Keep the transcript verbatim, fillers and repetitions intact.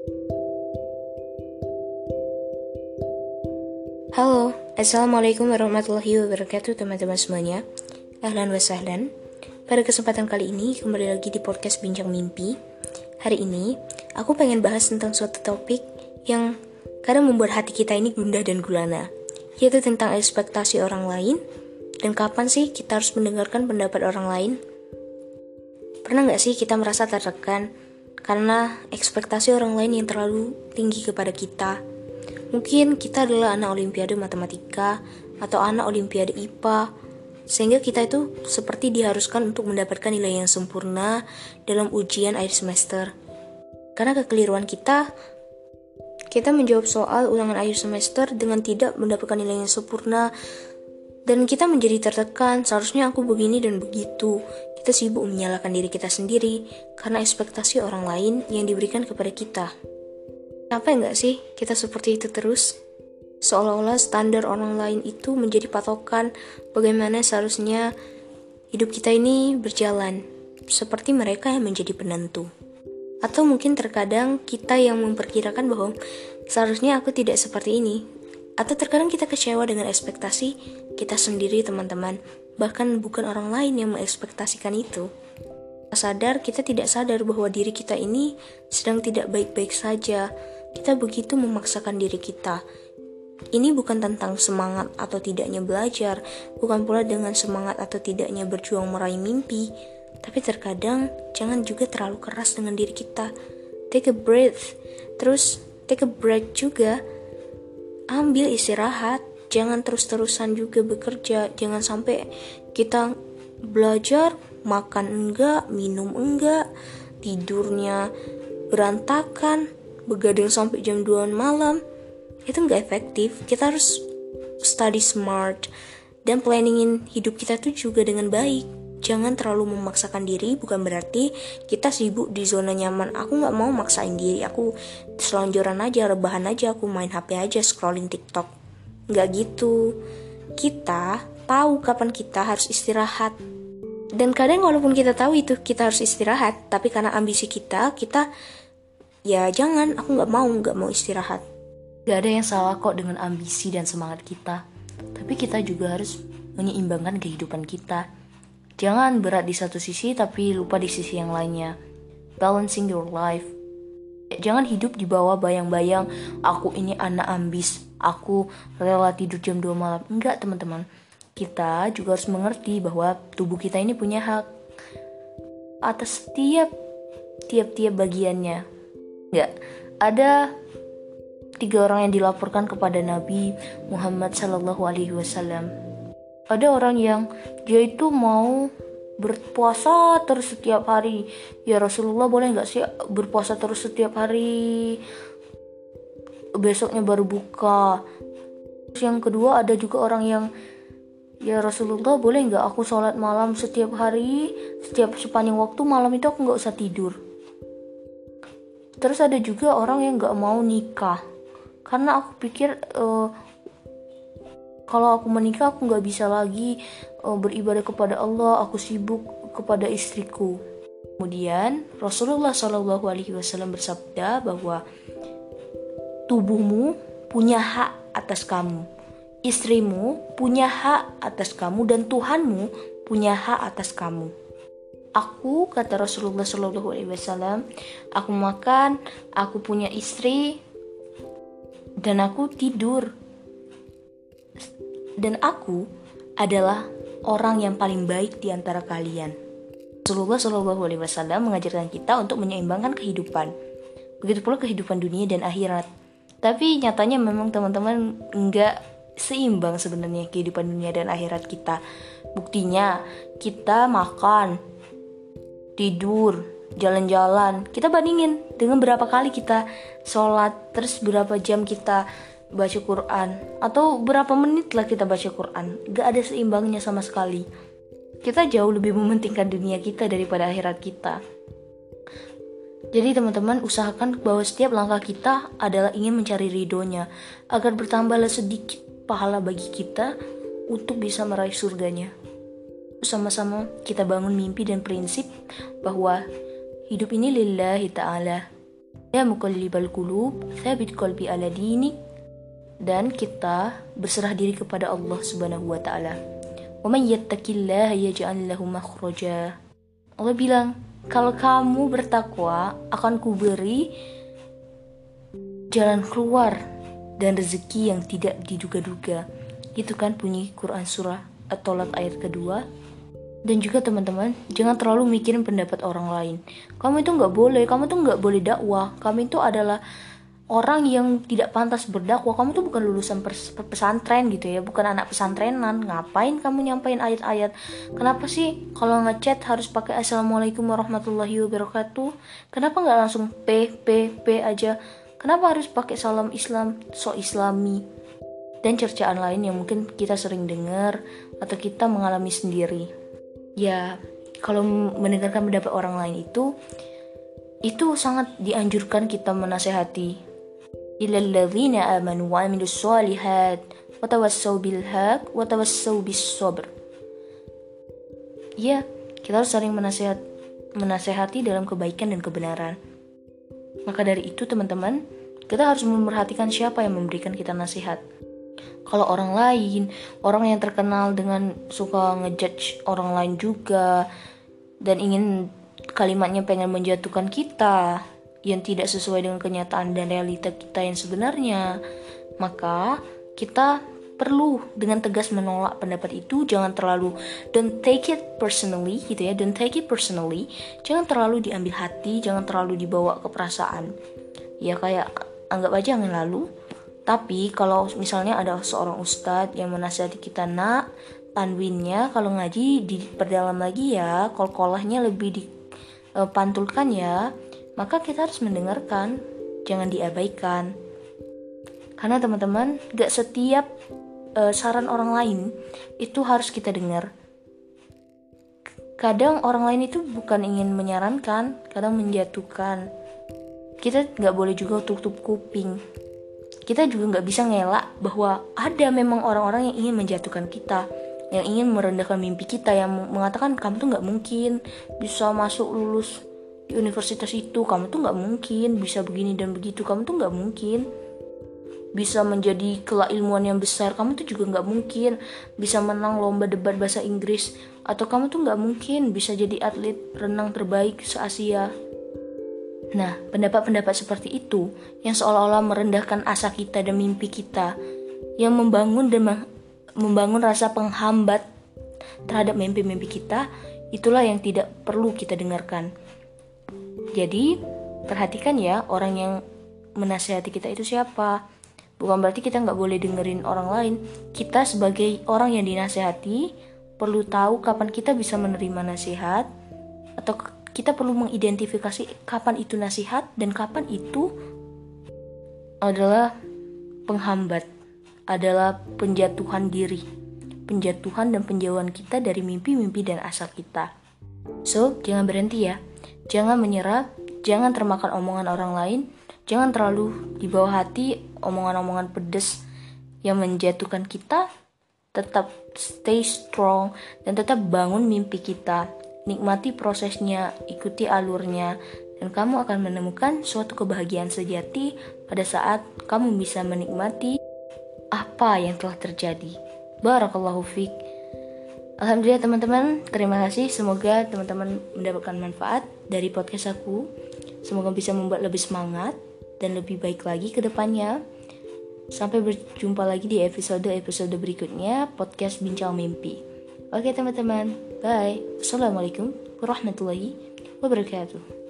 Halo, Assalamualaikum warahmatullahi wabarakatuh teman-teman semuanya. Ahlan wa sahlan. Pada kesempatan kali ini kembali lagi di podcast Bincang Mimpi. Hari ini aku pengen bahas tentang suatu topik yang kadang membuat hati kita ini gundah dan gulana, yaitu tentang ekspektasi orang lain dan kapan sih kita harus mendengarkan pendapat orang lain. Pernah gak sih kita merasa tertekan karena ekspektasi orang lain yang terlalu tinggi kepada kita? Mungkin kita adalah anak olimpiade matematika atau anak olimpiade I P A, sehingga kita itu seperti diharuskan untuk mendapatkan nilai yang sempurna dalam ujian akhir semester. Karena kekeliruan kita, kita menjawab soal ulangan akhir semester dengan tidak mendapatkan nilai yang sempurna, dan kita menjadi tertekan, seharusnya aku begini dan begitu. Kita sibuk menyalahkan diri kita sendiri karena ekspektasi orang lain yang diberikan kepada kita. Capek nggak sih kita seperti itu terus? Seolah-olah standar orang lain itu menjadi patokan bagaimana seharusnya hidup kita ini berjalan, seperti mereka yang menjadi penentu. Atau mungkin terkadang kita yang memperkirakan bahwa seharusnya aku tidak seperti ini. Atau terkadang kita kecewa dengan ekspektasi kita sendiri, teman-teman. Bahkan bukan orang lain yang mengekspektasikan itu. Sadar kita tidak sadar bahwa diri kita ini sedang tidak baik-baik saja. Kita begitu memaksakan diri kita. Ini bukan tentang semangat atau tidaknya belajar, bukan pula dengan semangat atau tidaknya berjuang meraih mimpi, tapi terkadang jangan juga terlalu keras dengan diri kita. Take a breath, terus take a break juga. Ambil istirahat, jangan terus-terusan juga bekerja, jangan sampai kita belajar, makan enggak, minum enggak, tidurnya berantakan, begadang sampai jam dua malam. Itu enggak efektif. Kita harus study smart dan planningin hidup kita tuh juga dengan baik. Jangan terlalu memaksakan diri, bukan berarti kita sibuk di zona nyaman. Aku enggak mau maksain diri, aku selonjoran aja, rebahan aja, aku main H P aja, scrolling TikTok. Enggak gitu. Kita tahu kapan kita harus istirahat. Dan kadang walaupun kita tahu itu kita harus istirahat, tapi karena ambisi kita, kita ya jangan, aku gak mau, gak mau istirahat. Gak ada yang salah kok dengan ambisi dan semangat kita, tapi kita juga harus menyeimbangkan kehidupan kita. Jangan berat di satu sisi tapi lupa di sisi yang lainnya. Balancing your life. Jangan hidup di bawah bayang-bayang aku ini anak ambis, aku rela tidur jam dua malam. Enggak, teman-teman. Kita juga harus mengerti bahwa tubuh kita ini punya hak atas setiap tiap-tiap bagiannya. Enggak, ada tiga orang yang dilaporkan kepada Nabi Muhammad Sallallahu Alaihi Wasallam. Ada orang yang dia itu mau berpuasa terus setiap hari. Ya Rasulullah, boleh nggak sih berpuasa terus setiap hari? Besoknya baru buka. Terus yang kedua ada juga orang yang, ya Rasulullah, boleh nggak aku sholat malam setiap hari, setiap sepanjang waktu malam itu aku nggak usah tidur. Terus ada juga orang yang nggak mau nikah karena aku pikir uh, kalau aku menikah aku nggak bisa lagi uh, beribadah kepada Allah, aku sibuk kepada istriku. Kemudian Rasulullah Shallallahu Alaihi Wasallam bersabda bahwa tubuhmu punya hak atas kamu, istrimu punya hak atas kamu, dan Tuhanmu punya hak atas kamu. Aku, kata Rasulullah Shallallahu Alaihi Wasallam, aku makan, aku punya istri, dan aku tidur. Dan aku adalah orang yang paling baik di antara kalian. Rasulullah Shallallahu Alaihi Wasallam mengajarkan kita untuk menyeimbangkan kehidupan. Begitu pula kehidupan dunia dan akhirat. Tapi nyatanya memang teman-teman enggak seimbang sebenarnya kehidupan dunia dan akhirat kita. Buktinya kita makan, tidur, jalan-jalan, kita bandingin dengan berapa kali kita sholat, terus berapa jam kita baca Quran, atau berapa menit lah kita baca Quran. Gak ada seimbangnya sama sekali. Kita jauh lebih mementingkan dunia kita daripada akhirat kita. Jadi teman-teman, usahakan bahwa setiap langkah kita adalah ingin mencari ridhonya, agar bertambahlah sedikit pahala bagi kita untuk bisa meraih surganya. Sama-sama kita bangun mimpi dan prinsip bahwa hidup ini lillahi ta'ala. Ya muqallibal qulub, tsabit qalbi ala dinik. Dan kita berserah diri kepada Allah Subhanahu wa taala. Wa may yattaqillaha yaj'al lahu makhraja. Allah bilang, kalau kamu bertakwa, akan kuberi jalan keluar dan rezeki yang tidak diduga-duga. Itu kan bunyi Quran surah At-Tolak ayat kedua. Dan juga teman-teman, jangan terlalu mikirin pendapat orang lain. Kamu itu gak boleh, kamu tuh gak boleh dakwah. Kamu itu adalah orang yang tidak pantas berdakwah. Kamu tuh bukan lulusan pers- pesantren gitu ya, bukan anak pesantrenan. Ngapain kamu nyampain ayat-ayat? Kenapa sih kalau ngechat harus pakai Assalamualaikum warahmatullahi wabarakatuh? Kenapa gak langsung P, P, P aja? Kenapa harus pakai salam Islam, so islami? Dan cercaan lain yang mungkin kita sering dengar atau kita mengalami sendiri. Ya, kalau mendengarkan pendapat orang lain itu itu sangat dianjurkan kita menasehati. Illal ladzina amanu wa amilus shalihat wa tawassaw bil haq wa tawassaw bis sabr. Ya, kita harus saling menasehat, menasehati dalam kebaikan dan kebenaran. Maka dari itu teman-teman, kita harus memperhatikan siapa yang memberikan kita nasihat. Kalau orang lain, orang yang terkenal dengan suka ngejudge orang lain juga dan ingin kalimatnya pengen menjatuhkan kita yang tidak sesuai dengan kenyataan dan realita kita yang sebenarnya, maka kita perlu dengan tegas menolak pendapat itu. Jangan terlalu don't take it personally gitu ya, don't take it personally. Jangan terlalu diambil hati, jangan terlalu dibawa ke perasaan. Ya kayak anggap aja yang lalu. Tapi kalau misalnya ada seorang ustadz yang menasihati kita, nak, tanwinnya kalau ngaji diperdalam lagi ya, kol-kolahnya lebih dipantulkan ya, maka kita harus mendengarkan, jangan diabaikan. Karena teman-teman, gak setiap uh, saran orang lain itu harus kita dengar. Kadang orang lain itu bukan ingin menyarankan, kadang menjatuhkan. Kita gak boleh juga tutup kuping. Kita juga gak bisa ngelak bahwa ada memang orang-orang yang ingin menjatuhkan kita, yang ingin merendahkan mimpi kita, yang mengatakan kamu tuh gak mungkin bisa masuk lulus di universitas itu, kamu tuh gak mungkin bisa begini dan begitu, kamu tuh gak mungkin bisa menjadi kelak ilmuwan yang besar, kamu tuh juga gak mungkin bisa menang lomba debat bahasa Inggris, atau kamu tuh gak mungkin bisa jadi atlet renang terbaik se-Asia. Nah, pendapat-pendapat seperti itu yang seolah-olah merendahkan asa kita dan mimpi kita, yang membangun dan membangun rasa penghambat terhadap mimpi-mimpi kita, itulah yang tidak perlu kita dengarkan. Jadi, perhatikan ya orang yang menasihati kita itu siapa. Bukan berarti kita gak boleh dengerin orang lain. Kita sebagai orang yang dinasihati perlu tahu kapan kita bisa menerima nasihat, atau kita perlu mengidentifikasi kapan itu nasihat dan kapan itu adalah penghambat, adalah penjatuhan diri, penjatuhan dan penjauhan kita dari mimpi-mimpi dan asa kita. So, jangan berhenti ya, jangan menyerah, jangan termakan omongan orang lain, jangan terlalu dibawa hati omongan-omongan pedas yang menjatuhkan kita. Tetap stay strong dan tetap bangun mimpi kita. Nikmati prosesnya, ikuti alurnya, dan kamu akan menemukan suatu kebahagiaan sejati pada saat kamu bisa menikmati apa yang telah terjadi. Barakallahu fiik. Alhamdulillah teman-teman, terima kasih. Semoga teman-teman mendapatkan manfaat dari podcast aku. Semoga bisa membuat lebih semangat dan lebih baik lagi ke depannya. Sampai berjumpa lagi di episode-episode berikutnya podcast Bincang Mimpi. Oke teman-teman, bye. Assalamualaikum warahmatullahi wabarakatuh.